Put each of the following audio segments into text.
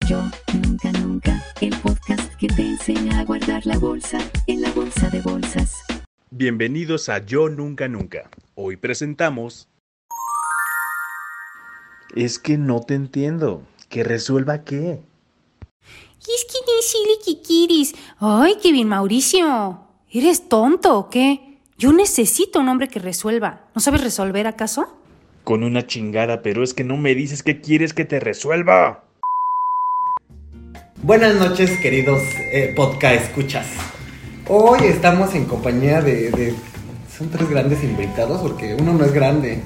Yo Nunca Nunca, el podcast que te enseña a guardar la bolsa en la bolsa de bolsas. Bienvenidos a Yo Nunca Nunca. Hoy presentamos... Es que no te entiendo. ¿Que resuelva qué? Es que decirle que quieres. Ay, Kevin Mauricio. ¿Eres tonto o qué? Yo necesito un hombre que resuelva. ¿No sabes resolver acaso? Con una chingada, pero es que no me dices qué quieres que te resuelva. Buenas noches, queridos podcast escuchas. Hoy estamos en compañía de... Son tres grandes invitados porque uno no es grande.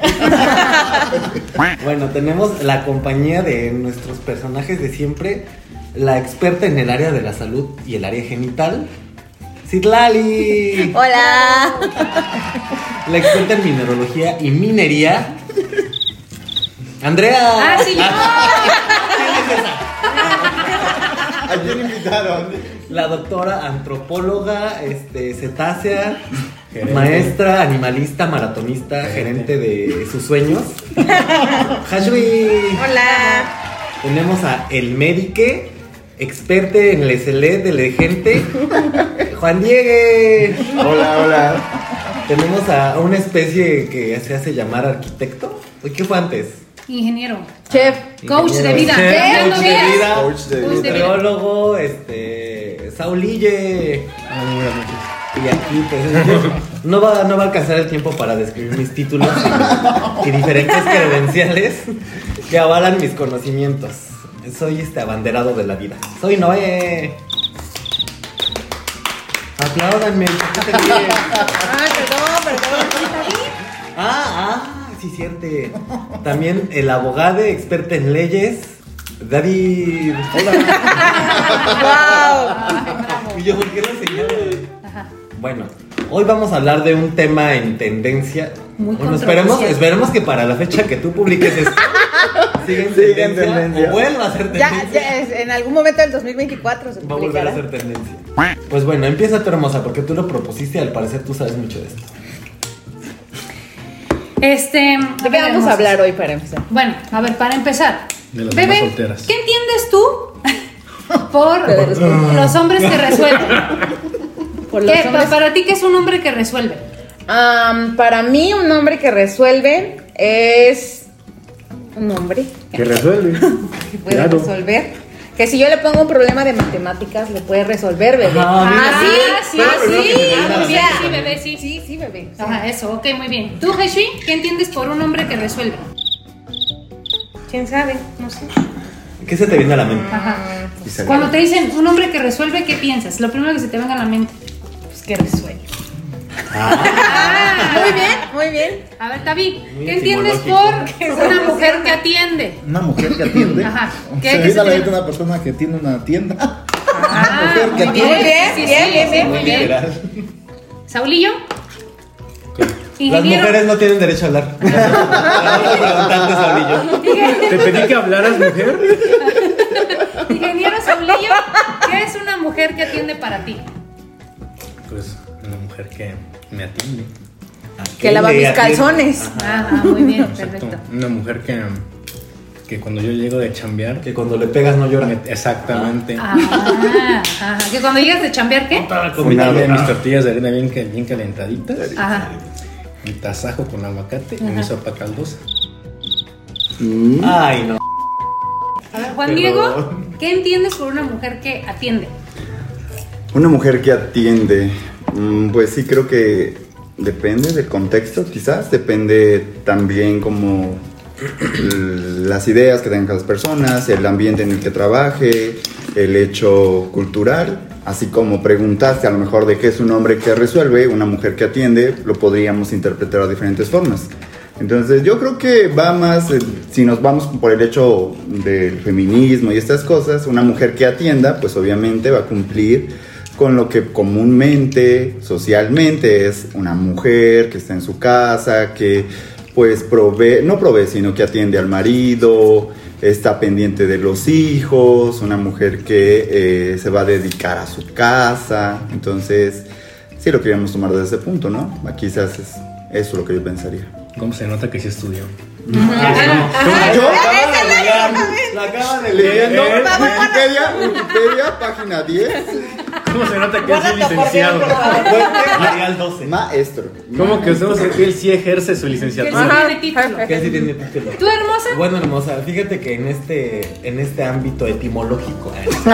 Bueno, tenemos la compañía de nuestros personajes de siempre. La experta en el área de la salud y el área genital, Citlali. Hola. La experta en mineralogía y minería, Andrea. ¡Ah, sí, yo! ¿A quién invitaron? La doctora antropóloga, cetácea, maestra, animalista, maratonista, gerente de sus sueños, Hashwi. Hola. Tenemos a el médique, experte en el SLE de la gente, Juan Diego. Hola. Tenemos a una especie que se hace llamar arquitecto. ¿Qué fue antes? Ingeniero. Chef. Coach de vida. Chef, coach de vida. Coach de vida. Nutriólogo, Saulille. Buenas noches. Y aquí pues no va a alcanzar el tiempo para describir mis títulos y diferentes credenciales que avalan mis conocimientos. Soy abanderado de la vida. Soy Noé. Apláudanme. Perdón. Sí, cierto. También el abogado experto en leyes, David. Hola. Wow. ¿Y yo por qué lo señalo? Bueno, hoy vamos a hablar de un tema en tendencia. Muy Bueno, controversial. esperemos que para la fecha que tú publiques esto siga en tendencia o vuelva a ser tendencia. Ya en algún momento del 2024 se Va a volver a publicará. ser tendencia. Pues bueno, empieza tú, hermosa, porque tú lo propusiste y al parecer tú sabes mucho de esto. ¿De qué vamos a hablar hoy para empezar? Bueno, a ver, para empezar. De las Bebé, mamás solteras. ¿qué entiendes tú por los hombres que resuelven? Por los ¿Qué, hombres. para ti, ¿qué es un hombre que resuelve? Para mí, un hombre que resuelve es un hombre Que resuelve. que puede Claro. resolver. Que si yo le pongo un problema de matemáticas, le puede resolver, bebé. Mira. Sí, Pero primero que te viene a la muy bien, mente. sí, bebé, sí. Sí, bebé. Ajá, eso, ok, muy bien. ¿Tú, Hashwi, qué entiendes por un hombre que resuelve? ¿Quién sabe? No sé. ¿Qué se te viene a la mente? Ajá. Isabel. Cuando te dicen un hombre que resuelve, ¿qué piensas? Lo primero que se te venga a la mente. Pues que resuelve. Ah. Muy bien. A ver, David, Muy ¿qué entiendes etimológico. por una mujer que atiende? Una mujer que atiende. Ajá. ¿Qué- Se qué viene se a la te- mente una persona que tiene una tienda. Ah, mujer que muy atiende. bien, sí, Bien, muy bien. Literal. ¿Saulillo? Las Ingeniero. mujeres no tienen derecho a hablar. Vamos a preguntarte, Saulillo. Te pedí que hablaras, mujer. Ingeniero Saulillo, ¿qué es una mujer que atiende para ti? Pues una mujer que me atiende. Que lava mis calzones. Ah, muy bien, Exacto. perfecto. Una mujer que cuando yo llego de chambear. Que cuando le pegas no llora. Exactamente. Ah, ajá. Que cuando llegas de chambear, ¿qué? Combinando mis tortillas de harina bien calentaditas. Ajá. Mi tasajo con aguacate y mi sopa caldosa. Ay, no. A ver, Juan Diego, ¿qué entiendes por una mujer que atiende? Una mujer que atiende, pues sí creo que depende del contexto, quizás, depende también como las ideas que tengan las personas, el ambiente en el que trabaje, el hecho cultural, así como preguntaste a lo mejor de qué es un hombre que resuelve, una mujer que atiende, lo podríamos interpretar de diferentes formas. Entonces yo creo que va más, si nos vamos por el hecho del feminismo y estas cosas, una mujer que atienda, pues obviamente va a cumplir con lo que comúnmente, socialmente es una mujer que está en su casa, que pues no provee, sino que atiende al marido, está pendiente de los hijos, una mujer que se va a dedicar a su casa. Entonces sí lo queríamos tomar desde ese punto, ¿no? Aquí se hace eso lo que yo pensaría. ¿Cómo se nota que sí estudió? La acaba de leer. leer. Wikipedia, página 10. ¿Cómo se nota que él es licenciado? Material 12. Maestro. ¿Cómo que usamos que él sí ejerce su Que licenciatura? sí Ajá. tiene título. Que sí tiene título. ¿Tú, hermosa? Bueno, hermosa, fíjate que en este ámbito etimológico,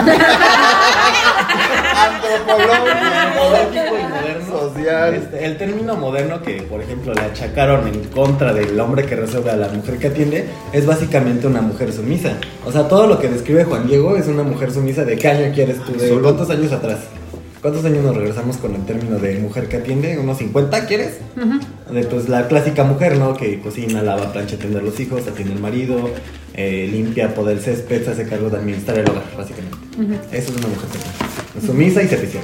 antropológico y moderno, Social. el término moderno que, por ejemplo, le achacaron en contra del hombre que resuelve a la mujer que atiende, es básicamente una mujer sumisa. O sea, todo lo que describe Juan Diego es una mujer sumisa. ¿De qué año quieres tú? ¿De cuántos años atrás? ¿Cuántos años nos regresamos con el término de mujer que atiende? ¿Unos 50 quieres? De pues la clásica mujer, ¿no? Que cocina, lava, plancha, atiende a los hijos, atiende al marido, limpia, poda el césped, se hace cargo de administrar el hogar, básicamente. Eso es una mujer sumisa y servicial.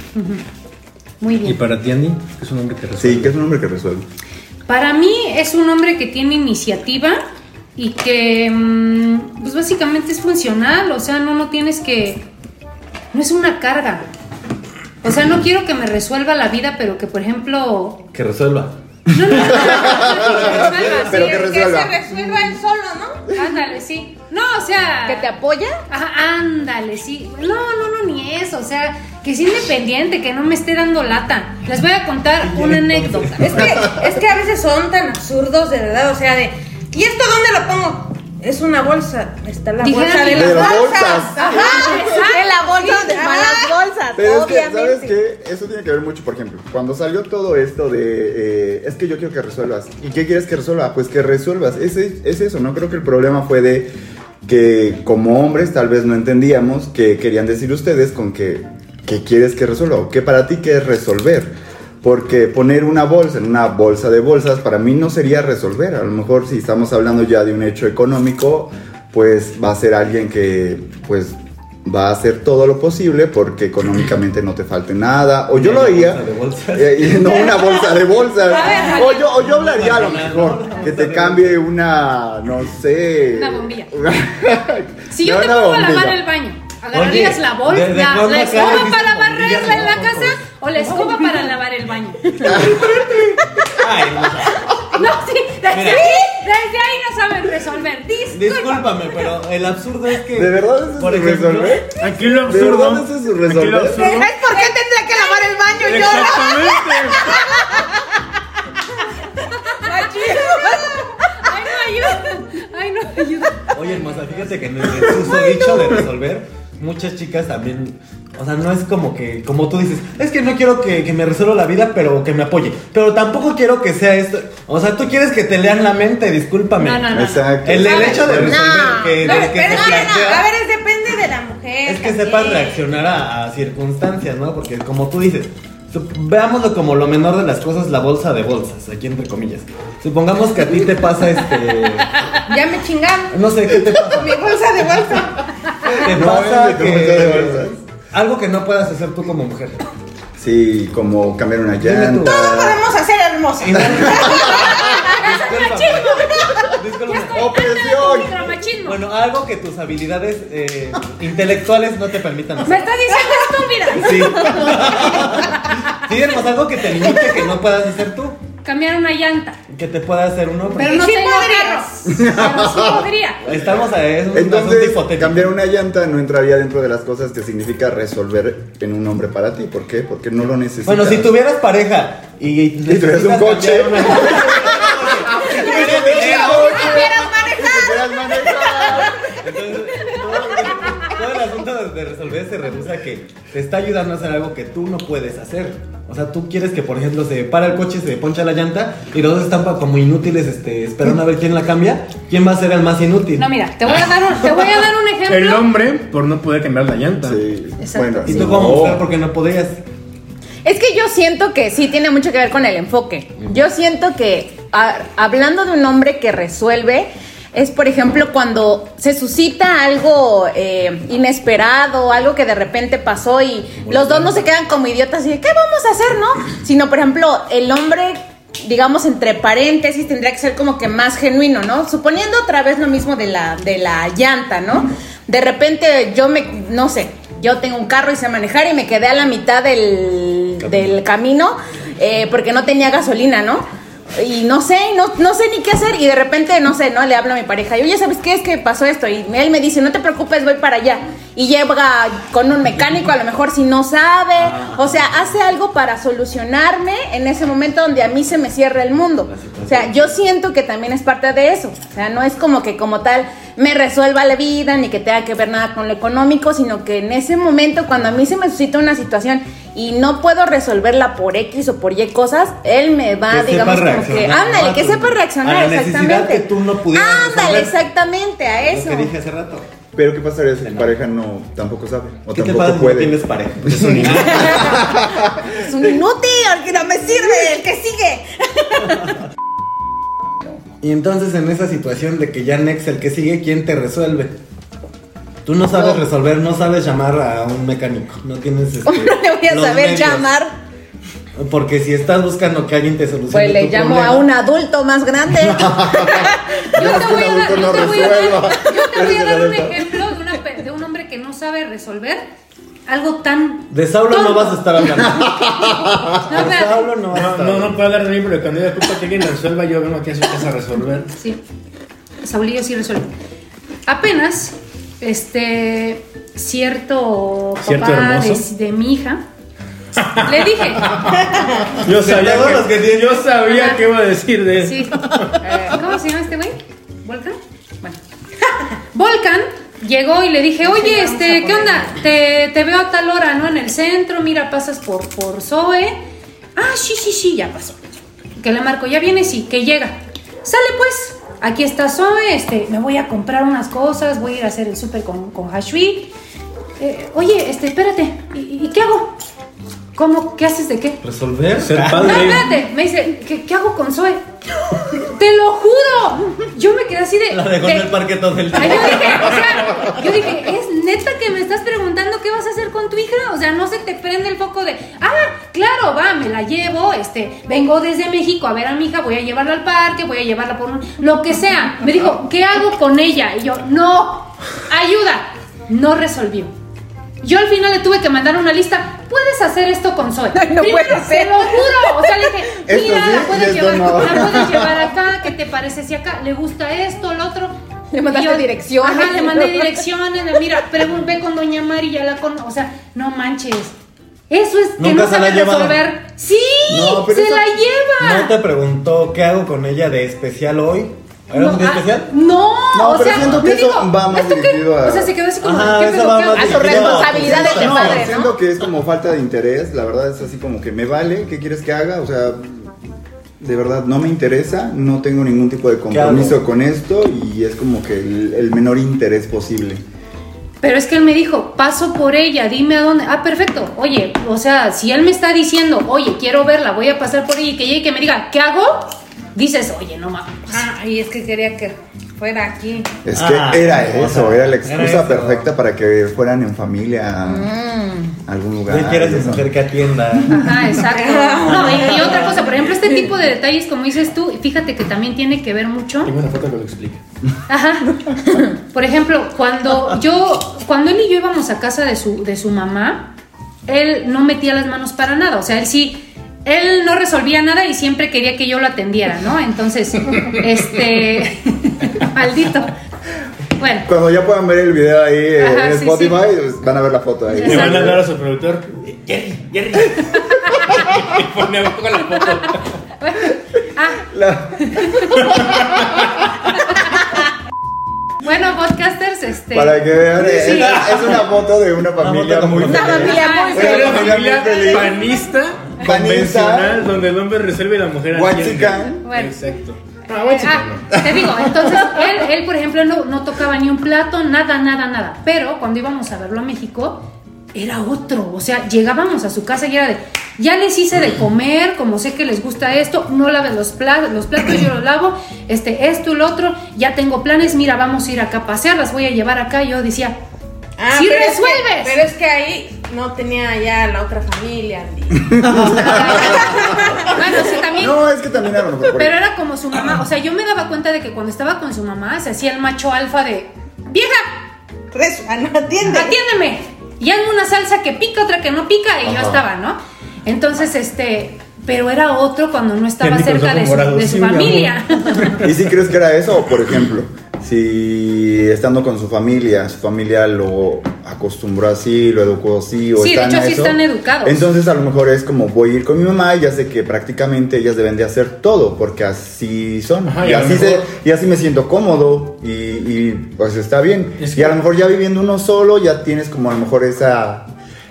Muy ¿Y bien. para ti, Andy? ¿Es un hombre que resuelve? Sí, que es un hombre que resuelve. Para mí es un hombre que tiene iniciativa y que pues básicamente es funcional, o sea, no tienes que... No es una carga. O sea, no quiero que me resuelva la vida, pero que, por ejemplo... Que resuelva. No, que resuelva, Pero sí. que resuelva. Que se resuelva él solo, ¿no? Ándale, sí. No, o sea... ¿Que te apoya? Ajá, ándale, sí. No, ni eso, o sea, que sea independiente, que no me esté dando lata. Les voy a contar una anécdota. Es que a veces son tan absurdos, de verdad, o sea, de... ¿Y esto dónde lo pongo? Es una bolsa. Está la Dijera bolsa de mi las De las bolsas. bolsas. Ajá, de la bolsa de las bolsas. Pero es que, obviamente. ¿sabes qué? Eso tiene que ver mucho, por ejemplo, cuando salió todo esto de, es que yo quiero que resuelvas. ¿Y qué quieres que resuelva? Pues que resuelvas. Es eso, ¿no? Creo que el problema fue de que como hombres tal vez no entendíamos que querían decir ustedes con que quieres que resuelva. O que para ti qué es resolver. Porque poner una bolsa en una bolsa de bolsas para mí no sería resolver. A lo mejor si estamos hablando ya de un hecho económico, pues va a ser alguien que pues va a hacer todo lo posible porque económicamente no te falte nada. O yo lo haría. No una bolsa de bolsas. O yo hablaría a lo mejor que te cambie una, no sé. Una bombilla. Si yo No, te una pongo a lavar bombilla. el baño, ¿agarrarías Oye, la bolsa, ¿desde la cuándo acá escoba dijiste para bombilla? barrerla en la No, casa o la escoba para lavar el baño? Ay, No, sí, desde ahí no saben resolver. discúlpame, pero el absurdo es que... ¿De verdad eso es por su ejemplo, resolver? Aquí lo ¿De absurdo. verdad eso es su resolver? Aquí lo absurdo. ¿Es por qué tendría que lavar el baño yo? Exactamente. Ay, no ayuda. Oye, hermosa, fíjate que en el susodicho de resolver, muchas chicas también, o sea, no es como que, como tú dices, es que no quiero que me resuelva la vida, pero que me apoye. Pero tampoco quiero que sea esto. O sea, tú quieres que te lean la mente, discúlpame. No. Exacto. El hecho de resolver que, No, de que pero se plantea, a ver, depende de la mujer. es que sepas reaccionar a circunstancias, ¿no? Porque como tú dices, veámoslo como lo menor de las cosas, la bolsa de bolsas, aquí entre comillas. Supongamos que a ti te pasa Ya me chingaron. no sé, ¿qué te pasa? Mi bolsa de bolsa. Te No, pasa de tu bolsa de bolsas. algo que no puedas hacer tú como mujer. Sí, como cambiar una Dime tú. llanta. Todo podemos hacer hermosa. Y no- Discúlpame. ¡Opresión! Micromachismo. Bueno, algo que tus habilidades intelectuales no te permitan Me hacer. está diciendo estúpida. Sí. Sí, hermosa, algo que te limite que no puedas hacer tú. Cambiar una llanta. Que te pueda hacer un hombre. Pero no Sí tengo podrías. carro. Pero sí podría. Estamos a eso. Entonces, cambiar una llanta no entraría dentro de las cosas que significa resolver en un hombre para ti. ¿Por qué? Porque no lo necesitas. Bueno, si tuvieras pareja y tuvieras un necesitas coche. cambiar ¿Quieres manejar? Entonces, todo el asunto de resolver se reduce a que te está ayudando a hacer algo que tú no puedes hacer. O sea, tú quieres que, por ejemplo, se para el coche, se poncha la llanta y los dos están como inútiles esperando a ver quién la cambia. ¿Quién va a ser el más inútil? No, mira, te voy a dar un ejemplo. El hombre por no poder cambiar la llanta. Sí, Exacto. bueno. Y tú no. como mujer, porque no podrías. Es que yo siento que sí tiene mucho que ver con el enfoque. Yo siento que hablando de un hombre que resuelve, es por ejemplo cuando se suscita algo inesperado, algo que de repente pasó y los dos no se quedan como idiotas y de ¿qué vamos a hacer, no? Sino por ejemplo el hombre, digamos entre paréntesis, tendría que ser como que más genuino, ¿no? Suponiendo otra vez lo mismo de la llanta, ¿no? De repente no sé, yo tengo un carro y sé manejar y me quedé a la mitad del camino porque no tenía gasolina, ¿no? y no sé ni qué hacer y de repente, no sé, ¿no? Le hablo a mi pareja y oye, ¿sabes qué? Es que pasó esto y él me dice, no te preocupes, voy para allá y llega con un mecánico a lo mejor si no sabe, o sea, hace algo para solucionarme en ese momento donde a mí se me cierra el mundo. O sea, yo siento que también es parte de eso, o sea, no es como que como tal me resuelva la vida ni que tenga que ver nada con lo económico, sino que en ese momento cuando a mí se me suscita una situación y no puedo resolverla por X o por Y cosas, él me va, que digamos, sepa como que, reaccionar, ándale, ¿no? que sepa reaccionar, a la necesidad exactamente. que tú no pudieras ándale, resolver. exactamente, a eso. Lo que dije hace rato. Pero ¿qué pasaría si tu pareja no tampoco sabe? O ¿Qué te tampoco pasa si no puede. tienes pareja? Pues es un inútil. Es un inútil, el que no me sirve, el que sigue. Y entonces en esa situación de que ya next el que sigue, ¿quién te resuelve? Tú no sabes resolver, no sabes llamar a un mecánico, no tienes ¿Cómo no le voy a los saber medios. llamar? Porque si estás buscando que alguien te solucione Pues le tu llamo problema, a un adulto más grande. Yo te voy a dar, adulto no yo te voy a resuelva. dar, yo te voy a Ese dar un adulto. ejemplo de un hombre que no sabe resolver algo tan de Saulo no tonto. vas a estar hablando. No, De espérate. Saulo no vas a estar No puedo hablar de mí, pero cuando ella ocupa que alguien resuelva, yo vengo aquí a su casa a resolver. Sí, Saulillo sí resuelve. Apenas, cierto papá hermoso. de mi hija, le dije, Yo todos los que tienen- yo sabía que iba a decir de eso. sí, ¿cómo se llama este güey? ¿Volcan? Bueno, Volcan llegó y le dije, oye, ¿qué onda? Te veo a tal hora, ¿no? En el centro, mira, pasas por Zoe. Ah, sí, ya pasó. Que le marco, ya viene, sí, que llega. Sale pues, aquí está Zoe, me voy a comprar unas cosas, voy a ir a hacer el súper con Hashwi. Oye, espérate, ¿y qué hago? ¿Cómo? ¿Qué haces de qué? ¿Resolver? Ser No, padre. espérate, me dice, ¿qué hago con Zoe? ¡Te lo juro! Yo me quedé así de... La dejó en el parque todo el Ay, día. yo dije, ¿es neta que me estás preguntando qué vas a hacer con tu hija? O sea, no se te prende el foco de, claro, va, me la llevo, vengo desde México a ver a mi hija, voy a llevarla al parque, voy a llevarla por lo que sea. Me dijo, ¿qué hago con ella? Y yo, no, ayuda. No resolvió. Yo al final le tuve que mandar una lista. ¿Puedes hacer esto con Zoe? Ay, no puede ser. Te lo juro. O sea, le dije, Esto mira, sí, la puedes y esto llevar, no. la puedes llevar acá. ¿Qué te parece si acá le gusta esto, lo otro? Le mandaste Y yo, direcciones. Ajá, le mandé direcciones. Mira, ve con Doña Mari, ya la con. O sea, no manches. Eso es que ¿Nunca no se la sabe ha llevado? resolver. Sí, No, pero se eso- la lleva. ¿No te preguntó qué hago con ella de especial hoy? ¿Era un día especial? No, No, o pero sea, siento que me eso dijo, va más ¿esto qué? dirigido a- O sea, se quedó así como, Ajá, ¿qué eso pedo? va ¿Qué más hago? A su dirigido responsabilidad de No, padre, siento ¿no? que es como falta de interés, la verdad es así como que me vale, ¿qué quieres que haga? O sea, de verdad no me interesa, no tengo ningún tipo de compromiso hago? con esto y es como que el menor interés posible. Pero es que él me dijo, paso por ella, dime a dónde. Ah, perfecto. Oye, o sea, si él me está diciendo, oye, quiero verla, voy a pasar por ella y que llegue y que me diga, ¿qué hago? Dices, oye, no mames. Y es que quería que fuera aquí. Es que Ah, era o eso, sea, era la era excusa eso. perfecta para que fueran en familia a algún lugar. Ya quieres y eso. mujer que atienda. Ajá, exacto. No, y otra cosa, por ejemplo, este tipo de detalles, como dices tú, fíjate que también tiene que ver mucho. Tengo una foto que lo explica. Ajá. Por ejemplo, cuando él y yo íbamos a casa de su mamá, él no metía las manos para nada. O sea, él no resolvía nada y siempre quería que yo lo atendiera, ¿no? Entonces, maldito. Bueno, Cuando ya puedan ver el video ahí Ajá, en sí, Spotify, pues, van a ver la foto ahí. Le van a hablar a su productor. Jerry. Y pone abajo la foto. bueno, podcasters, Para que vean, Sí. es una foto de una familia foto muy como una feliz. familia muy Una feliz. familia muy feliz. panista, convencional, donde el hombre resuelve y la mujer atiende. Huachican. Bueno. Exacto. No, Huachican no. Te digo, entonces él por ejemplo, no tocaba ni un plato, nada. Pero cuando íbamos a verlo a México, era otro. O sea, llegábamos a su casa y era de, ya les hice de comer, como sé que les gusta esto, no laves los platos yo los lavo, esto y lo otro, ya tengo planes, mira, vamos a ir acá a pasear, las voy a llevar acá. Y yo decía, ¡sí pero resuelves! pero es que ahí no tenía ya la otra familia, Andy. Bueno, sí, también. No, es que también a lo mejor por Pero era como su mamá. O sea, yo me daba cuenta de que cuando estaba con su mamá se hacía el macho alfa de, vieja, No atiende. atiéndeme. Y hazme una salsa que pica, otra que no pica, y yo estaba, ¿no? Entonces, pero era otro cuando no estaba Henry con cerca de ojos morados, de su sí, mi familia. ¿Y si crees que era eso? O por ejemplo, si estando con su familia lo acostumbró así, lo educó así, o Sí, de están hecho sí eso, están educados. entonces a lo mejor es como voy a ir con mi mamá y ya sé que prácticamente ellas deben de hacer todo, porque así son. Ajá, y, y a lo mejor- y así me siento cómodo y pues está bien. Es Y que- a lo mejor ya viviendo uno solo ya tienes como a lo mejor esa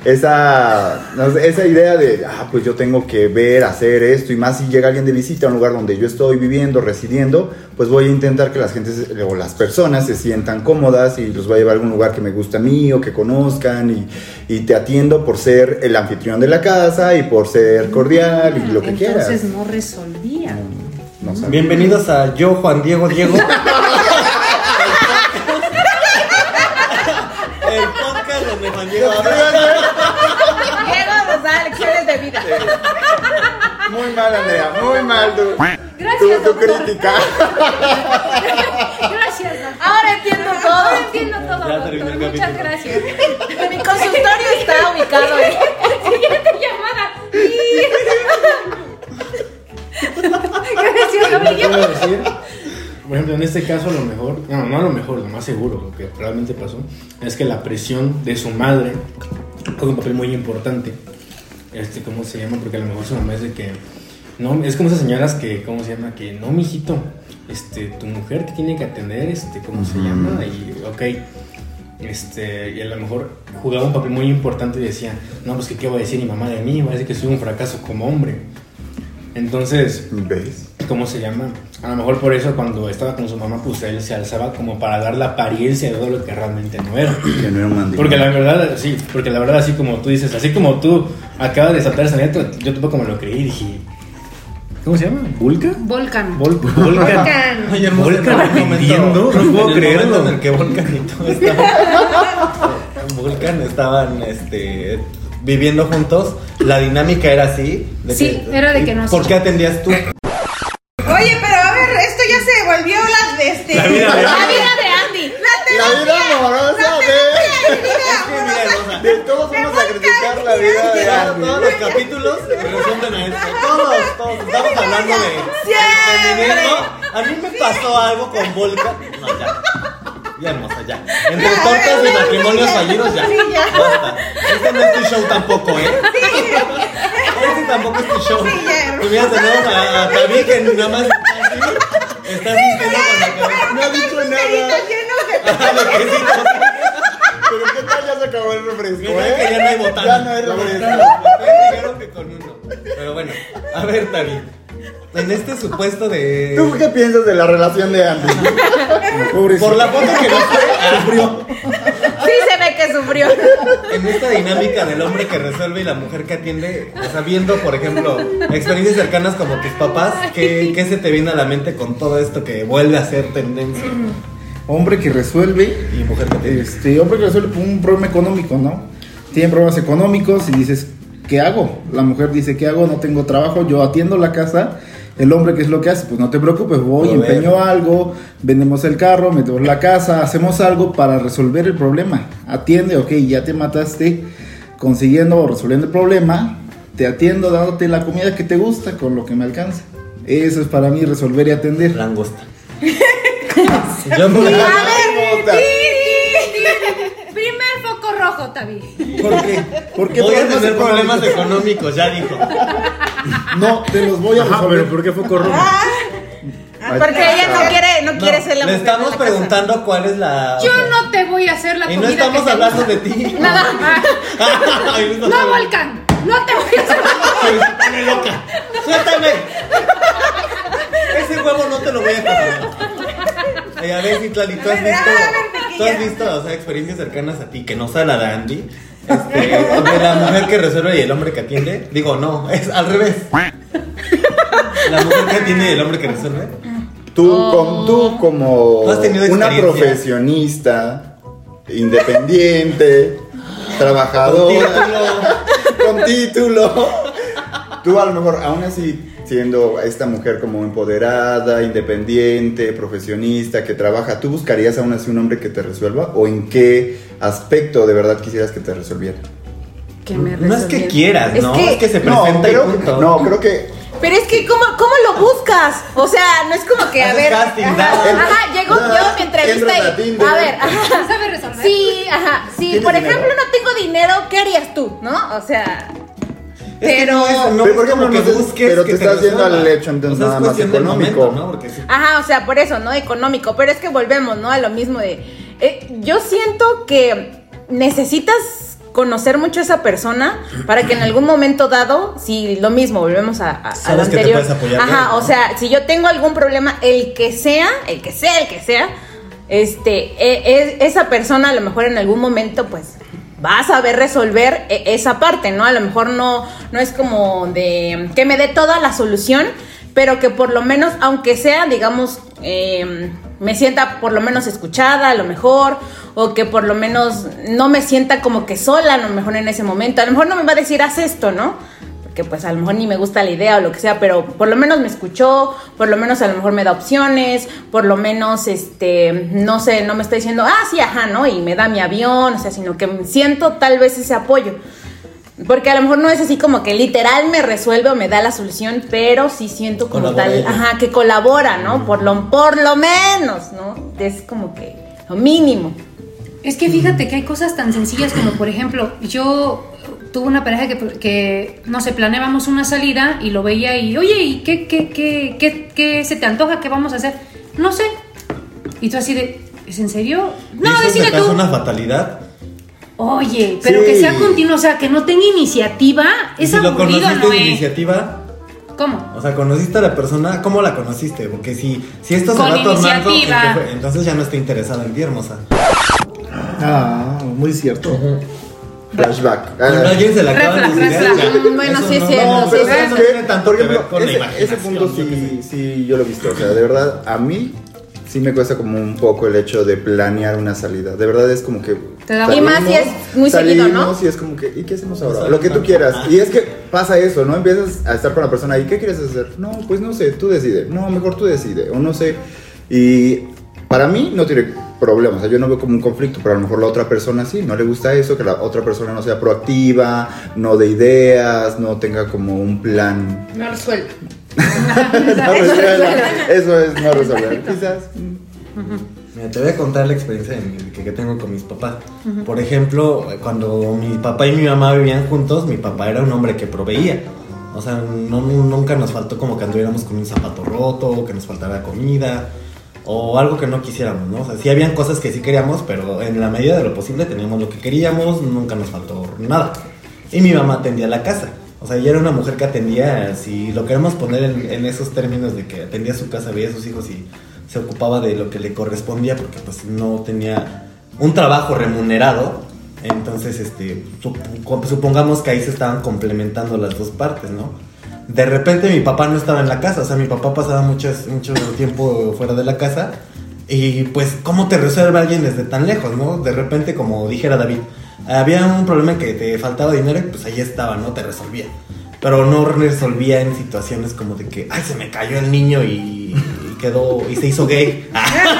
idea de, pues yo tengo que ver, hacer esto, y más si llega alguien de visita a un lugar donde yo estoy viviendo, residiendo, pues voy a intentar que las personas se sientan cómodas y los voy a llevar a algún lugar que me guste a mí o que conozcan y te atiendo por ser el anfitrión de la casa y por ser cordial y lo que quieras. Entonces no resolvía. No sabes. Bienvenidos a Yo, Juan Diego. El podcast donde Juan Diego habla. Diego nos da lecciones de vida. Muy mal, Andrea, muy mal tu Gracias, tu doctor. crítica. Gracias, doctor. Ahora entiendo todo. Ahora entiendo todo, Ya terminó doctor. el Muchas capítulo. gracias. Mi consultorio está ubicado en... Siguiente llamada. Gracias, Yo amigo. puedo decir, por ejemplo, en este caso lo mejor, no lo mejor, lo más seguro, lo que realmente pasó, es que la presión de su madre juega un papel muy importante. ¿Cómo se llama? Porque a lo mejor su mamá es de que, no, es como esas señoras que, ¿cómo se llama? Que, no, mijito, tu mujer que tiene que atender, ¿cómo se llama? Y, ok, y a lo mejor jugaba un papel muy importante y decía, no, pues, ¿qué va a decir mi mamá de mí? Va a decir que soy un fracaso como hombre. Entonces, ¿Ves? ¿cómo se llama? A lo mejor por eso cuando estaba con su mamá, pues él se alzaba como para dar la apariencia de todo lo que realmente no era. Que no era un mandilón. Porque la verdad, sí, porque la verdad, así como tú dices, así como tú acabas de saltar esa neta, yo tampoco me lo creí y dije, ¿cómo se llama? ¿Vulca? Volcan. Volcan. Ay, hermoso, Volcan en el vendiendo, momento- no puedo en el creerlo. momento en el que Volcan y tú estaban viviendo juntos, la dinámica era así. Sí, era de que no ¿Por sé. qué atendías tú? Oye, pero a ver, esto ya se volvió La vida de La vida de Andy. La vida amorosa de todos vamos a criticar la vida de Andy. Todos los capítulos resuelven a esto. Todos. Estamos hablando de feminismo. A mí me pasó algo con Volca. No, ya. Ya, hermosa, ya. Entre tortas de matrimonios fallidos, ya. Sí, ya. Basta. Este no es tu show tampoco, ¿eh? Este tampoco es tu show. Sí, ya, Pues mira, tenemos a Tabi que nada más está diciendo con la cabeza. No ha dicho nada. Ajá, lo que sí, Pero qué tal ya se acabó el refresco, mira que ya no hay botana. Ya no hay La refresco. botana, dijeron que con uno. Pero bueno, a ver, Tabi. En este supuesto de... ¿Tú qué piensas de la relación de Andy? Por la foto que nos sufrió. Sí se ve que sufrió. En esta dinámica del hombre que resuelve y la mujer que atiende, o sea, viendo, por ejemplo, experiencias cercanas como tus papás, ¿qué se te viene a la mente con todo esto que vuelve a ser tendencia? Hombre que resuelve, Y mujer que atiende. hombre que resuelve por un problema económico, ¿no? Tienen problemas económicos y dices, ¿qué hago? La mujer dice, ¿qué hago? No tengo trabajo, yo atiendo la casa. El hombre, ¿qué es lo que hace? Pues no te preocupes, voy, Proveer. empeño algo, vendemos el carro, metemos la casa, hacemos algo para resolver el problema. Atiende, ok, ya te mataste consiguiendo o resolviendo el problema, te atiendo dándote la comida que te gusta con lo que me alcanza. Eso es para mí resolver y atender. Langosta. Yo me Primer foco rojo, Tavi. ¿Por qué? ¿Por qué voy a tener económicos? problemas económicos, ya dijo. No, te los voy a Ajá, resolver. pero ¿por qué fue corrupto? Porque ella no quiere ser la Le mujer estamos de la casa. preguntando cuál es la... Yo no te voy a hacer la Y comida no estamos que te hablando gusta. de ti. Nada. Ay, No, Volcan. No te voy a hacer la ¡Suéltame, loca! ¡Suéltame! Ese huevo no te lo voy a pasar. A ver, Citlali, ¿tú has visto, o sea, experiencias cercanas a ti que no sea la de Andy? De la mujer que resuelve y el hombre que atiende. Digo, no, es al revés. La mujer que atiende y el hombre que resuelve. Tú como ¿Tú has tenido una experiencia? profesionista, independiente, trabajadora, con título, tú a lo mejor, aún así, siendo esta mujer como empoderada, independiente, profesionista, que trabaja, ¿tú buscarías aún así un hombre que te resuelva? ¿O en qué aspecto de verdad quisieras que te resolviera? Que me No es que resolviera. quieras, Es ¿no? que- Es que se presenta y punto. creo que Pero es que, ¿cómo lo buscas? O sea, no es como que, a Haces ver. casting, Llego yo a mi entrevista entras a y. Tinder. A ver, ¿Sabe resolver? Sí, sí. ¿Tienes Por dinero? ejemplo, no tengo dinero, ¿qué harías tú? ¿No? O sea. Es que Pero. no Pero, es por ejemplo, como que no sé, busques pero que te estás yendo resuelva. al hecho, entonces, nada es más cuestión del económico. momento, ¿no? Porque sí. O sea, por eso, ¿no? Económico. Pero es que volvemos, ¿no? A lo mismo de. Yo siento que necesitas conocer mucho a esa persona para que en algún momento dado, si lo mismo, volvemos a lo Sabes que te anterior. puedes apoyar de él, ¿no? O sea, si yo tengo algún problema, el que sea, esa persona a lo mejor en algún momento, pues, va a saber resolver esa parte, ¿no? A lo mejor no es como de que me dé toda la solución, pero que por lo menos, aunque sea, digamos, me sienta por lo menos escuchada, a lo mejor, o que por lo menos no me sienta como que sola, a lo mejor en ese momento. A lo mejor no me va a decir, haz esto, ¿no? Porque pues a lo mejor ni me gusta la idea o lo que sea, pero por lo menos me escuchó, por lo menos a lo mejor me da opciones, por lo menos, no sé, no me está diciendo, sí, ajá, ¿no? Y me da mi avión, o sea, sino que siento tal vez ese apoyo. Porque a lo mejor no es así como que literal me resuelve o me da la solución, pero sí siento como Colabora tal, ella. que colabora, ¿no? Por lo menos, ¿no? Es como que lo mínimo. Es que fíjate que hay cosas tan sencillas como, por ejemplo, yo tuve una pareja que no sé, planeábamos una salida y lo veía y, oye, ¿y qué se te antoja? ¿Qué vamos a hacer? No sé. Y tú así de, ¿es en serio? No, ¿Y eso decide es acaso tú. una fatalidad? Oye, pero Sí. que sea continuo, o sea, que no tenga iniciativa. ¿Y Es si lo aburrido, conociste ¿no? de iniciativa? ¿Cómo? O sea, conociste a la persona, ¿cómo la conociste? Porque si esto se Con va tornando, iniciativa. entonces ya no está interesada en ti, hermosa. Muy cierto. Flashback. Cuando alguien se la acaba de decir, Reflex. ya. Bueno, Eso sí es no- cierto, No, sí pero es ¿sabes eso qué? no tiene tanto Por que ejemplo, ver con la ese imaginación, punto yo qué sí yo lo he visto. O sea, de verdad, a mí sí me cuesta como un poco el hecho de planear una salida. De verdad es como que... Te da- Y más si es muy seguido, ¿no? Y es como que, ¿y qué hacemos ahora? Exacto. Lo que tú quieras. Ah. Y es que pasa eso, ¿no? Empiezas a estar con la persona y ¿qué quieres hacer? No, pues no sé, tú decide. No, mejor tú decide. O no sé. Y para mí no tiene problema. O sea, yo no veo como un conflicto, pero a lo mejor la otra persona sí. No le gusta eso, que la otra persona no sea proactiva, no dé ideas, no tenga como un plan. No resuelve. No resuelva. Eso es no resolver. Quizás. Mira, te voy a contar la experiencia que tengo con mis papás. Por ejemplo, cuando mi papá y mi mamá vivían juntos, mi papá era un hombre que proveía. O sea, nunca nos faltó como que anduviéramos con un zapato roto, que nos faltara comida, o algo que no quisiéramos, ¿no? O sea, sí habían cosas que sí queríamos, pero en la medida de lo posible teníamos lo que queríamos, nunca nos faltó nada. Y mi mamá atendía la casa. O sea, ella era una mujer que atendía, si lo queremos poner en esos términos de que atendía su casa, veía a sus hijos y se ocupaba de lo que le correspondía porque pues no tenía un trabajo remunerado. Entonces, supongamos que ahí se estaban complementando las dos partes, ¿no? De repente mi papá no estaba en la casa, o sea, mi papá pasaba mucho tiempo fuera de la casa y pues, ¿cómo te resuelve alguien desde tan lejos, no? De repente, como dijera David, había un problema en que te faltaba dinero y pues ahí estaba, ¿no? Te resolvía. Pero no resolvía en situaciones como de que, ay, se me cayó el niño y quedó, y se hizo gay.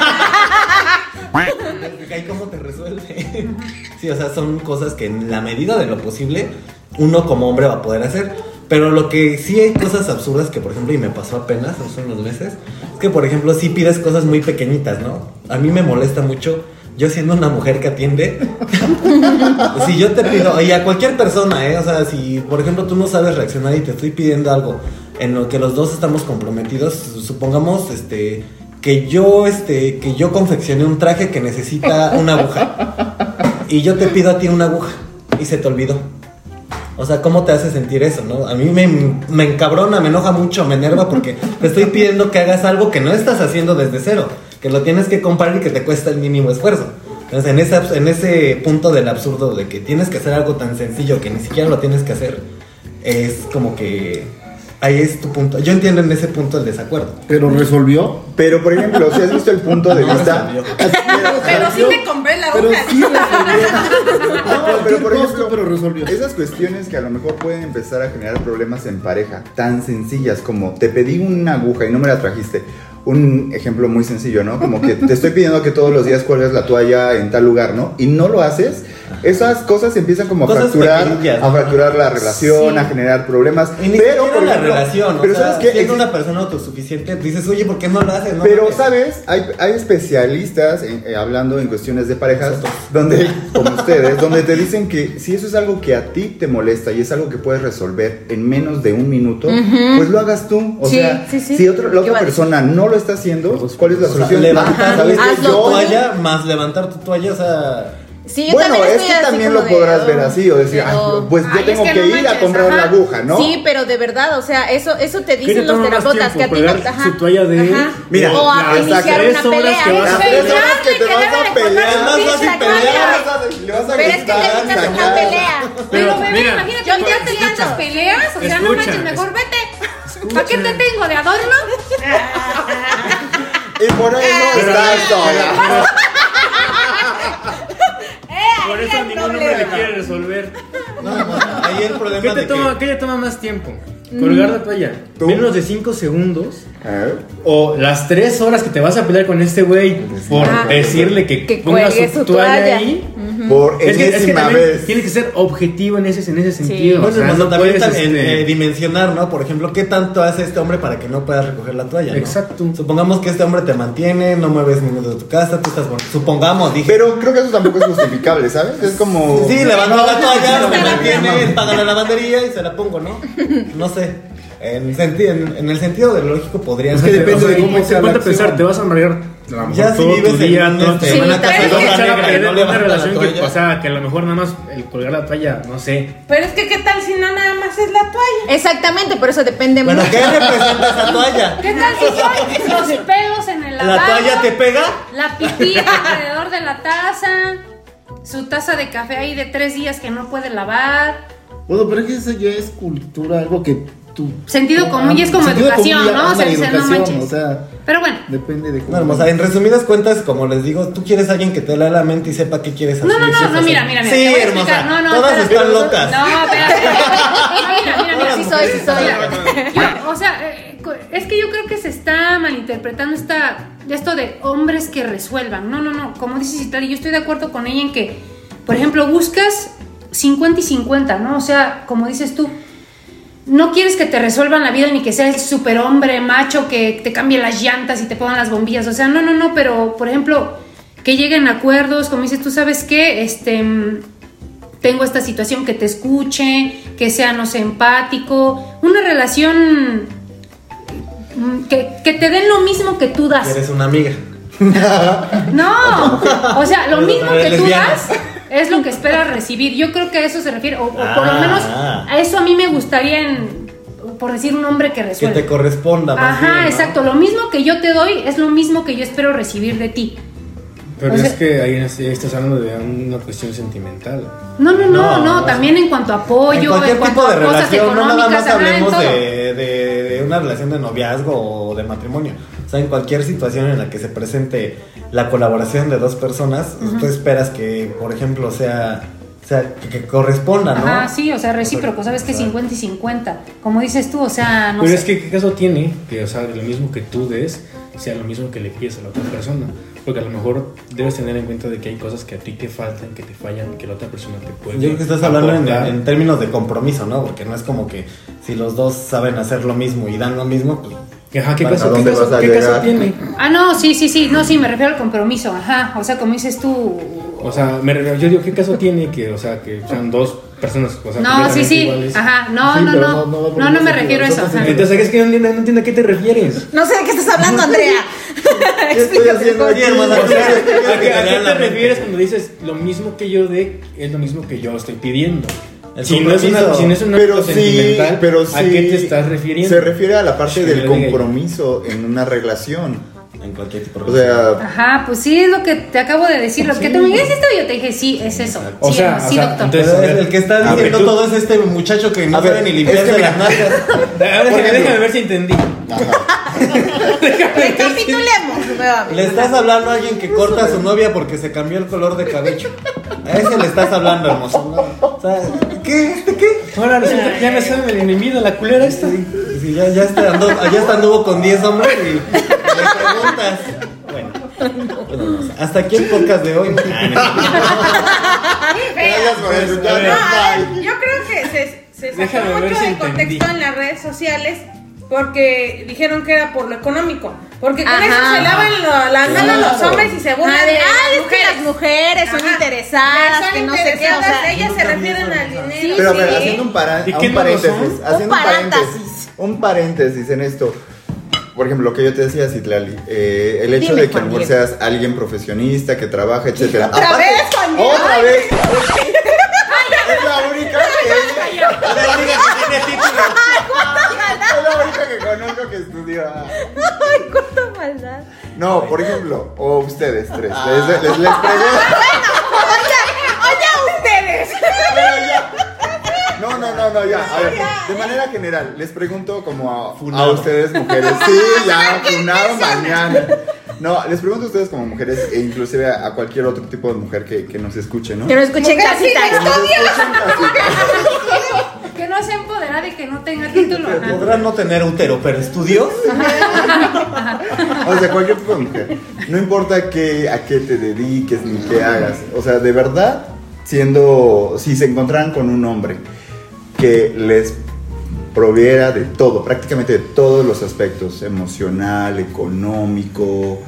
¿Cómo te resuelve? Sí, o sea, son cosas que en la medida de lo posible uno como hombre va a poder hacer. Pero lo que sí hay cosas absurdas que, por ejemplo, y me pasó apenas hace unos meses, es que, por ejemplo, sí pides cosas muy pequeñitas, ¿no? A mí me molesta mucho, yo siendo una mujer que atiende, si yo te pido, y a cualquier persona, o sea, si, por ejemplo, tú no sabes reaccionar y te estoy pidiendo algo en lo que los dos estamos comprometidos, supongamos, que yo confeccioné un traje que necesita una aguja, y yo te pido a ti una aguja, y se te olvidó. O sea, ¿cómo te hace sentir eso, no? A mí me encabrona, me enoja mucho, me enerva porque te estoy pidiendo que hagas algo que no estás haciendo desde cero, que lo tienes que comprar y que te cuesta el mínimo esfuerzo. Entonces, en ese punto del absurdo de que tienes que hacer algo tan sencillo que ni siquiera lo tienes que hacer, es como que ahí es tu punto. Yo entiendo en ese punto el desacuerdo. Pero resolvió. Pero, por ejemplo, si has visto el punto de No vista... resolvió. Pero sí te compré la Pero hoja. sí resolvió. No, pero por ejemplo, pero resolvió. esas cuestiones que a lo mejor pueden empezar a generar problemas en pareja, tan sencillas como te pedí una aguja y no me la trajiste. Un ejemplo muy sencillo, ¿no? Como que te estoy pidiendo que todos los días cuelgues la toalla en tal lugar, ¿no? Y no lo haces, esas cosas empiezan como a Cosas fracturar, pequeñas, a fracturar la relación, Sí. a generar problemas. Y ni Pero, siquiera por la ejemplo, relación, pero o sea, ¿sabes qué? siendo una persona autosuficiente, dices, oye, ¿por qué no lo haces? No Pero, mames. ¿sabes? Hay especialistas hablando en cuestiones de parejas, donde, como ustedes, donde te dicen que si eso es algo que a ti te molesta y es algo que puedes resolver en menos de un minuto, pues lo hagas tú. O Sí, sea, sí, sí. si la ¿Qué otra va a persona no lo está haciendo, ¿cuál es la O sea, solución? levantar ¿Sabes qué? hazlo tu tú. toalla más levantar tu toalla, o sea... Sí, yo Bueno, también es estoy que así también como lo de, podrás ver así o decir, pero- ay, pues yo Ay, tengo es que que no ir a manches, comprar la ajá. aguja, ¿no? Sí, pero de verdad, o sea, eso te ¿Qué te dicen los toma más terapeutas, que a tiempo? ti no... ¿Colgar Ajá. su toalla de él? Ajá. Mira, o a exacto. iniciar 3 una horas pelea. que vas a- Las 3 horas que te vas a pelear, no más fácil pelear, le vas a Pero es que te gritar, buscas una sacar. pelea. Pero bebé, mira, imagínate, yo tú ya te tenías entiendo. las peleas, o sea, no Escucha, manches, mejor vete. ¿Para qué te tengo de adorno? Y por eso estás sola. Por eso ningún hombre le quiere resolver. Ahí el problema ¿Qué te de toma, ¿qué te toma más tiempo? ¿Colgar la toalla? ¿Tú? ¿Menos de 5 segundos? ¿Eh? ¿O las 3 horas que te vas a pelear con este güey por decirle que ponga cuelgue su su toalla toalla. ahí? Por Es que enésima también vez. tienes que ser objetivo en ese sentido. Bueno, o sea, hermano, no también puedes, dimensionar, ¿no? Por ejemplo, ¿qué tanto hace este hombre para que no puedas recoger la toalla, ¿no? Exacto. Supongamos que este hombre te mantiene, no mueves ni de tu casa, tú estás... Supongamos, dije... Pero creo que eso tampoco es justificable, ¿sabes? Es como... Sí, levanto la toalla, me mantiene, paga la lavandería y se la pongo, ¿no? No sé. En el sentido de lo lógico podría Es que ser. depende O sea, de cómo sea la Ponte a pensar, acción. te vas a amargar a lo mejor Ya si todo vives tu en día, un, todo tu en Sí, una casa pero de es dos que- echar a negra y perder no una levanta la relación que, toalla. o sea, que a lo mejor nada más el colgar la toalla, no sé. Pero es que, ¿qué tal si no nada más es la toalla? Exactamente, por eso depende Bueno, mucho. ¿qué representa esa toalla? ¿Qué tal si son los pelos en el lavabo? ¿La toalla te pega? La pipí alrededor de la taza, su taza de café ahí de 3 días que no puede lavar. Bueno, pero es que eso ya es cultura, algo que tú... Sentido común y es como Sentido educación, común, ¿no? O sea, ándale, dicen, no educación, manches. O sea, Pero bueno. depende de cómo... No, hermosa, en resumidas cuentas, como les digo, tú quieres a alguien que te lea la mente y sepa qué quieres hacer. No, y sepas mira, hacer. mira, Sí, te voy a hermosa, explicar. No, todas espérate. están locas. No, espérate. Mira. Sí soy, sí soy. O sea, es que yo creo que se está malinterpretando esto de hombres que resuelvan. No. Como dice Citari, yo estoy de acuerdo con ella en que, por ejemplo, buscas 50 y 50, ¿no? O sea, como dices tú, no quieres que te resuelvan la vida ni que sea el superhombre macho que te cambie las llantas y te pongan las bombillas. O sea, no, pero, por ejemplo, que lleguen a acuerdos, como dices tú, ¿sabes qué? Tengo esta situación, que te escuche, que sea, no sé, empático, una relación que te den lo mismo que tú das. Eres una amiga. No, o sea, lo mismo que tú lesbiana. das es lo que esperas recibir. Yo creo que a eso se refiere, o por lo Ah. menos a eso a mí me gustaría, por decir, un hombre que Que resuelve. te corresponda más Ajá, bien, ¿no? exacto, lo mismo que yo te doy es lo mismo que yo espero recibir de ti. Pero O es sea- que ahí estás hablando de una cuestión sentimental. No, también en cuanto a apoyo, En cualquier en cuanto tipo de a cosas relación, no nada económicas, más ajá, en hablemos todo. de una relación de noviazgo o de matrimonio. O sea, en cualquier situación en la que se presente la colaboración de dos personas, tú esperas que, por ejemplo, sea que corresponda, ¿no? Ajá, sí, o sea, recíproco, sabes que 50 y 50. Como dices tú, o sea, no Pero sé. es que, ¿qué caso tiene que, o sea, lo mismo que tú des sea lo mismo que le pides a la otra persona? Porque a lo mejor debes tener en cuenta de que hay cosas que a ti te faltan, que te fallan, que la otra persona te puede. Yo creo que estás hablando aportar. en términos de compromiso, ¿no? Porque no es como que si los dos saben hacer lo mismo y dan lo mismo, pues... Ajá, ¿qué ¿A caso, dónde vas a qué caso llegar? tiene? Ah, no, sí, no, sí, me refiero al compromiso, ajá, o sea, como dices tú. O sea, yo digo, ¿qué caso tiene que, o sea, que sean dos personas, o sea, No, completamente sí, iguales? ajá, no, Sí, no, pero no, no va por no, ese no me sentido, refiero a eso, nosotros ajá. Entonces, es que no entiendo a qué te refieres. No sé de qué estás hablando, Andrea. ¿Qué estoy haciendo aquí? hermana, O sea, ¿a qué te lean la te mente. refieres cuando dices lo mismo que yo dé es lo mismo que yo estoy pidiendo? El Si no es compromiso. un Pero acto sí, sentimental, pero sí. ¿a qué te estás refiriendo? Se refiere a la parte Que del lo diga ella. compromiso en una relación. En cualquier tipo de O sea, Ajá, pues sí, es lo que te acabo de decir. Lo que tú me dijiste, yo te dije, sí, es eso. O Sí, sea, sí, doctor. entonces, Pero el que está a ver, diciendo tú- todo es este muchacho que no A ver, sabe ni es limpiarse que las mira. nalgas. A ver, déjame ver si entendí. Recapitulemos nuevamente. Le estás hablando a alguien que corta a su novia porque se cambió el color de cabello. A ese le estás hablando, hermoso. ¿No? O sea, ¿qué? Ahora resulta que ya me sabe mi vida la culera esta. Si ya hasta anduvo con 10 hombres y le preguntas. Bueno, no sé. Hasta aquí el podcast de hoy. Gracias por escuchar. No, a ver, yo creo que se sacó Déjame ver mucho si de entendí. contexto en las redes sociales porque dijeron que era por lo económico. Porque con Ajá. eso se lavan la mano los hombres y se burlan de Es que las las mujeres son Ajá. interesadas, Son que no sé qué, o sea, interesadas, ellas se refieren al dinero. Sí, Pero a ver, sí. haciendo un ¿Y qué no lo paréntesis, son? haciendo paréntesis. un paréntesis en esto. Por ejemplo, lo que yo te decía, Citlali, el hecho Dime, de que a lo Juan mejor Diego. seas alguien profesionista, que trabaja, etcétera. ¿Otra Aparte- vez, Juan Diego? ¡Otra vez! Es la única que... Es la única que tiene título. Es la única que conozco que estudió. Ay, cuánta maldad. No, por ejemplo, o ustedes tres. Les pregunto... Oye, ustedes. No, ya. A ver, de manera general, les pregunto como a ustedes mujeres. Sí, ya, funado mañana. No, les pregunto a ustedes como mujeres e inclusive a cualquier otro tipo de mujer que nos escuche, ¿no? Que no escuchen Mujer sin casita. Que nos escuchen así. Que no sea empoderada y que no tenga título. Ajá. Podrán no tener útero, pero estudió. O sea, cualquier tipo de mujer. No importa a qué te dediques ni qué hagas. O sea, de verdad, si se encontraran con un hombre que les proviera de todo, prácticamente de todos los aspectos, emocional, económico,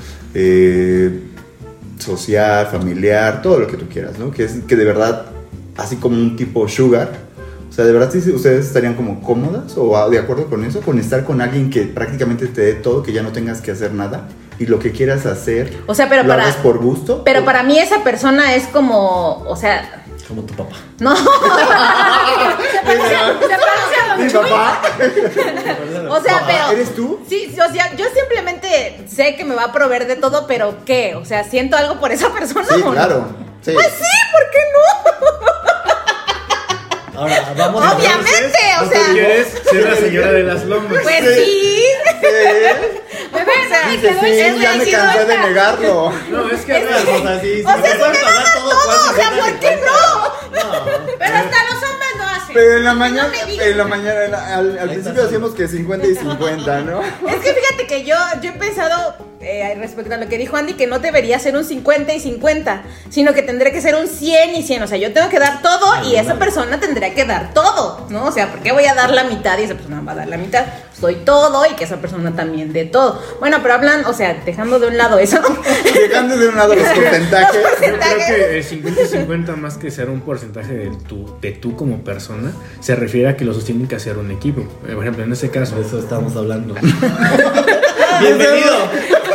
social, familiar, todo lo que tú quieras, ¿no? Que de verdad, así como un tipo sugar, o sea, de verdad, ¿sí, ustedes estarían como cómodas o de acuerdo con eso? Con estar con alguien que prácticamente te dé todo, que ya no tengas que hacer nada y lo que quieras hacer, O sea, pero lo hagas por gusto. Pero para mí esa persona es como, o sea, Como tu papá. no. Se parece a Don Mi Chuy. papá. O sea, pero ¿Eres tú? Sí, o sea, yo simplemente sé que me va a proveer de todo, pero ¿qué? O sea, ¿siento algo por esa persona? Sí, o no? claro. Sí. Pues sí, ¿por qué no? Ahora, vamos a ver. Obviamente, o ¿No sea, quieres ser la señora de las lomas? pues sí. Bebé, no, y Dice, te doy sí, ya me cansé de negarlo. No, es que Es a ver, que- O sea, sí, O sea, si te si pueden me pagar dan todo, todo, ¿cuánto o sea, se ¿por te qué cuenta? no? Pero hasta los hombres lo hacen. Pero en la mañana, No me digas. al principio decíamos que 50 y 50, ¿no? Es que fíjate que yo he pensado respecto a lo que dijo Andy, que no debería ser un 50 y 50, sino que tendría que ser un 100 y 100. O sea, yo tengo que dar todo y esa persona tendría que dar todo, ¿no? O sea, ¿por qué voy a dar la mitad y esa persona va a dar la mitad? Soy todo y que esa persona también dé todo. Bueno, pero hablan, o sea, dejando de un lado eso. Dejando de un lado los porcentajes. yo creo que el 50 y 50, más que ser un porcentaje de tú como persona, se refiere a que los dos tienen que hacer un equipo. Por ejemplo, en este caso, Por eso estamos hablando. Bienvenido.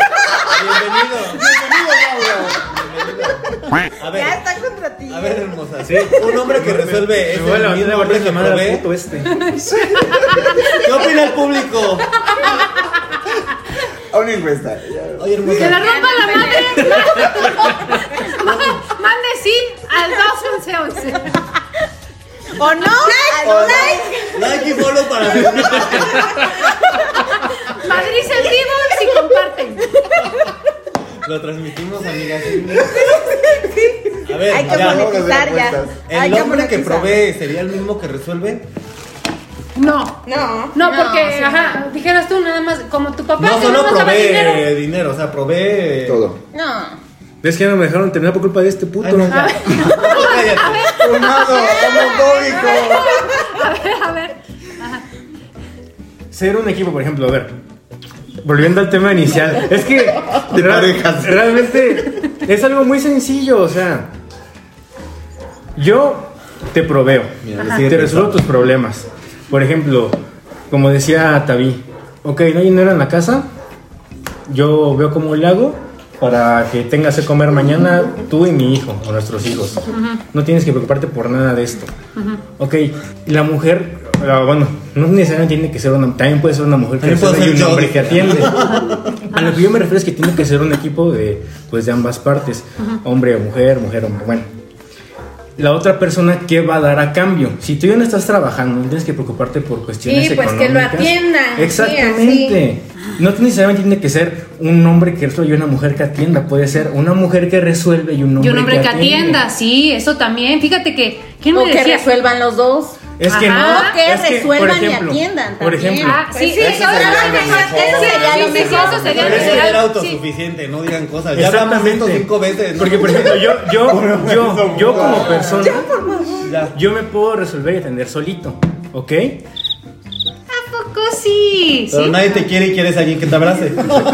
A ver, Ya está contra ti. a ver, hermosa. Sí. Un hombre que resuelve es me voy a el levantar mismo a hombre la que madre al provee. puto este. ¿Qué opina el público? A una encuesta. Oye, hermosa. Que la rompa la madre. Mande sí al 21111. ¿O no? Like y follow para ver. Madrid en vivo si comparten. Lo transmitimos, amigas. A ver, Hay que ya. monetizar ya. Hay ¿El hombre que monetizar. provee sería el mismo que resuelve? No. No. No, No, porque, sí, ajá, dijeras tú nada más, como tu papá No que solo nada más daba dinero. provee dinero, o sea, provee Todo. No. ¿Ves que ya no me dejaron terminar por culpa de este puto? Ay, no, ya. Cállate. Funado, homofóbico. A ver. Ser un equipo, por ejemplo, a ver. Volviendo al tema inicial, es que parejas. realmente es algo muy sencillo, o sea, yo te proveo, Mira, Ajá. sigue te resuelvo tus pensando. problemas. Por ejemplo, como decía Taví, ok, no hay dinero en la casa, yo veo cómo le hago para que tengas que comer mañana tú y mi hijo o nuestros hijos. No tienes que preocuparte por nada de esto. Ok, la mujer, bueno, no necesariamente tiene que ser una, también puede ser una mujer que También puede resuelve y ser un yo, hombre que dice. atiende. A lo que yo me refiero es que tiene que ser un equipo de ambas partes, hombre o mujer, mujer o hombre. Bueno, la otra persona, ¿qué va a dar a cambio? Si tú ya no estás trabajando, no tienes que preocuparte por cuestiones Sí, pues, económicas. que lo atiendan, sí, Exactamente. No necesariamente tiene que ser un hombre que resuelve y una mujer que atienda. Puede ser una mujer que resuelve y un hombre, Y un hombre que atienda, sí, eso también. Fíjate que, ¿quién O me que decía? resuelvan los dos. Es que Ajá. no. O que es que, resuelvan y atiendan Por también. ejemplo. Sí, Eso sería lo mejor. Eso sería Pero es ideal. ser autosuficiente, no digan cosas. Ya hablamos de esto 5 veces. ¿no? Porque, por ejemplo, yo como persona, yo me puedo resolver y atender solito, ¿ok? ¿A poco sí? Pero ¿Sí? nadie te quiere y quieres a alguien que te abrace.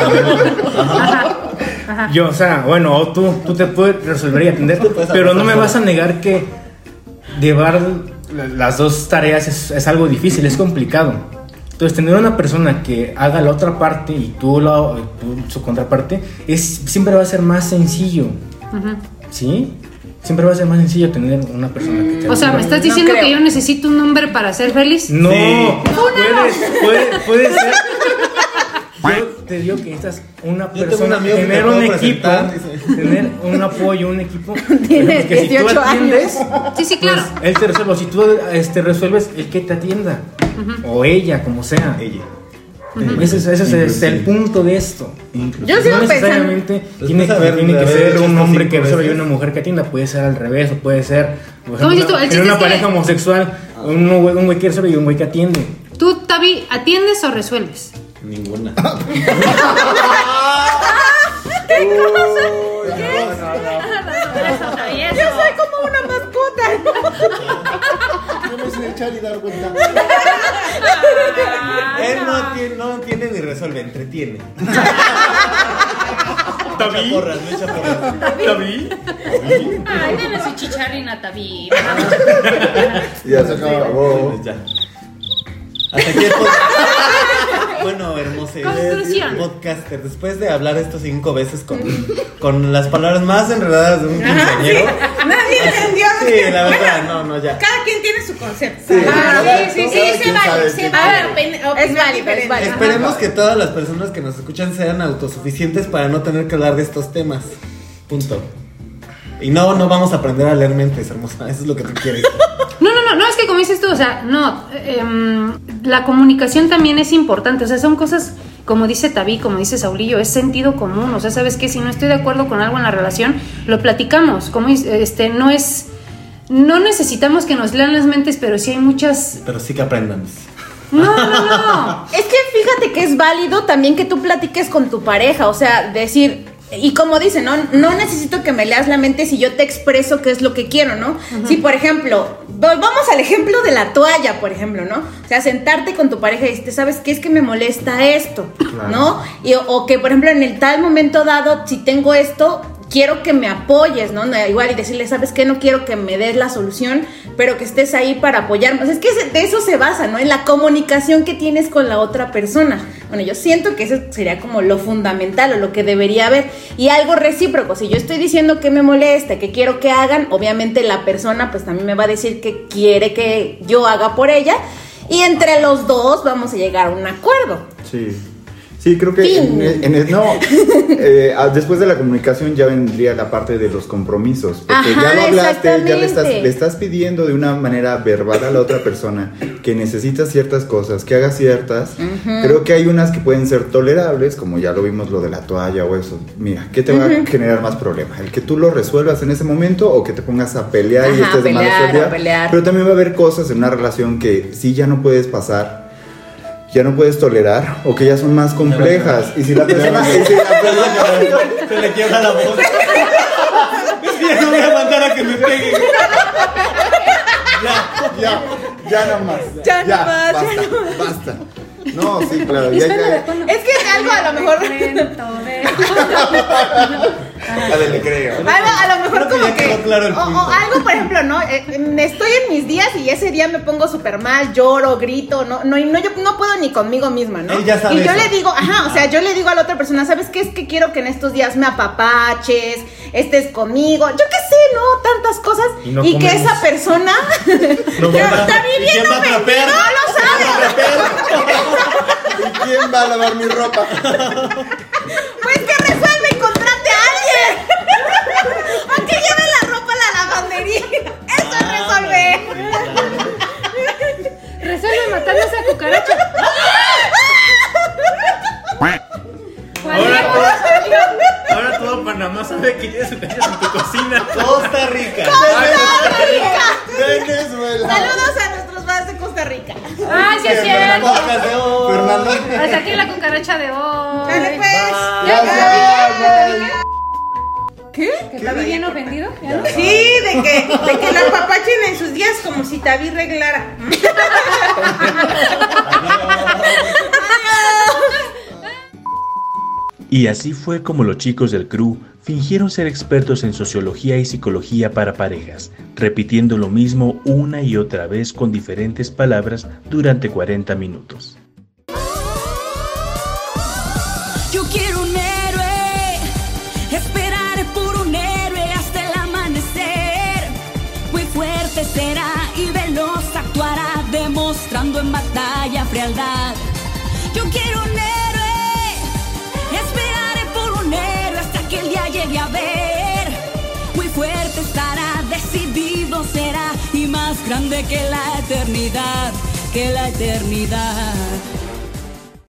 Yo, o sea, bueno, o tú te puedes resolver y atender, pero no me vas a negar que llevar las dos tareas es algo difícil, es complicado. Entonces, tener una persona que haga la otra parte y tú su contraparte, siempre va a ser más sencillo. ¿Sí? Siempre va a ser más sencillo tener una persona que te O sea, ¿me ayude. estás diciendo creo. que yo necesito un hombre para ser feliz? No, Sí. puede ser. Yo te digo que necesitas una Yo tengo un persona, amigo que tener te un puedo equipo, presentar, dice. tener un apoyo, un equipo. Tienes Que si tú 18 atiendes, Sí, claro. pues él te resuelve. Si tú resuelves, el que te atienda. O ella, como sea. Ella. Ese es el punto de esto. Yo sigo No necesariamente pensando. tiene Después de que haber ser hecho un esto hombre 5 que resuelva y veces. una mujer que atienda. Puede ser al revés, o puede ser, por ¿Cómo dices tú? El en chiste una es que- pareja homosexual, un güey que resuelve y un güey que atiende. ¿Tú, Tavi, atiendes o resuelves? Ninguna. Yo soy como una mascota. Yo me sé echar y dar cuenta. Él no entiende ni resuelve, entretiene. ¿Tavi? Porras, no echa porras. ¿Tavi? Ay, dale su chicharrina, Tavi. Ya se acabó. Ya. Hasta aquí el podcast. Bueno, hermoso Conclusión. podcaster. Después de hablar esto 5 veces con las palabras más enredadas de un quinceañero. Nadie entendió. Sí, la verdad, no, ya. Cada quien tiene su concepto. Sí, Sí, cada quien sabe se qué vale. quiere. Es válido, es válido. Esperemos que todas las personas que nos escuchan sean autosuficientes para no tener que hablar de estos temas. Punto. Y no vamos a aprender a leer mentes, hermosa. Eso es lo que tú quieres. No, es que como dices tú, o sea, no, la comunicación también es importante, o sea, son cosas, como dice Tavi, como dice Saulillo, es sentido común, o sea, ¿sabes qué? Si no estoy de acuerdo con algo en la relación, lo platicamos, como no necesitamos que nos lean las mentes, pero sí hay muchas... Pero sí que aprendan. No. Es que fíjate que es válido también que tú platiques con tu pareja, o sea, decir, y como dicen, no necesito que me leas la mente si yo te expreso qué es lo que quiero, ¿no? Si, por ejemplo, vamos al ejemplo de la toalla, por ejemplo, ¿no? O sea, sentarte con tu pareja y decirte, ¿sabes qué? Es que me molesta esto, ¿no? O que, por ejemplo, en el tal momento dado, si tengo esto, quiero que me apoyes, ¿no? Igual y decirle, ¿sabes qué? No quiero que me des la solución, pero que estés ahí para apoyarme. O sea, es que de eso se basa, ¿no? En la comunicación que tienes con la otra persona. Bueno, yo siento que eso sería como lo fundamental o lo que debería haber. Y algo recíproco. Si yo estoy diciendo que me molesta, que quiero que hagan, obviamente la persona pues también me va a decir que quiere que yo haga por ella. Y entre los dos vamos a llegar a un acuerdo. Sí. Sí, creo que Fin. después de la comunicación ya vendría la parte de los compromisos. Porque Ajá, ya lo hablaste, ya exactamente. le estás pidiendo de una manera verbal a la otra persona que necesita ciertas cosas, que haga ciertas. Creo que hay unas que pueden ser tolerables, como ya lo vimos, lo de la toalla o eso. Mira, ¿qué te va a generar más problema? ¿El que tú lo resuelvas en ese momento o que te pongas a pelear y Ajá, estés de malas pelear, todo el día? a pelear. Pero también va a haber cosas en una relación que sí ya no puedes pasar, ya no puedes tolerar o que ya son más complejas. Y si la persona... Se le quiebra la voz. Es que ya no voy a mandar a que me peguen. Ya no más. Ya no más, Basta. No, sí, claro. Es que algo a lo mejor... Le creo. Algo, a lo mejor Creo que como ya que quedó claro el punto. o algo, por ejemplo, ¿no? Estoy en mis días y ese día me pongo súper mal, lloro, grito, yo no puedo ni conmigo misma, ¿no? Él ya sabe y yo eso. le digo, o sea, yo le digo a la otra persona, ¿sabes qué? Es que quiero que en estos días me apapaches, estés conmigo, yo qué sé, ¿no? Tantas cosas. Y no Y que comemos. esa persona No que vamos. está ¿Y quién viviendo va a trapear? no lo sabe. ¿Y quién va a lavar mi ropa? Pues que resuelve y contrate a alguien. O que lleve la ropa a la lavandería. Eso es resolver. Resuelve matando a esa cucaracha. Ahora todo Panamá sabe que tienes cucarachas en tu cocina. Costa Rica. Venezuela. Saludos a nuestros Hasta aquí la cucaracha de hoy. Dale, pues. ¿Qué? ¿Que está bien ofendido? ¿Ya no? Sí, de que la apapachen en sus días como si Tavi reglara. Y así fue como los chicos del crew fingieron ser expertos en sociología y psicología para parejas, repitiendo lo mismo una y otra vez con diferentes palabras durante 40 minutos. Yo quiero un héroe, esperaré por un héroe hasta el amanecer. Muy fuerte será y veloz actuará, demostrando en batalla frialdad. Yo quiero un héroe, esperaré por un héroe hasta que el día llegue a ver. Muy fuerte estará, decidido será y más grande que la eternidad, que la eternidad.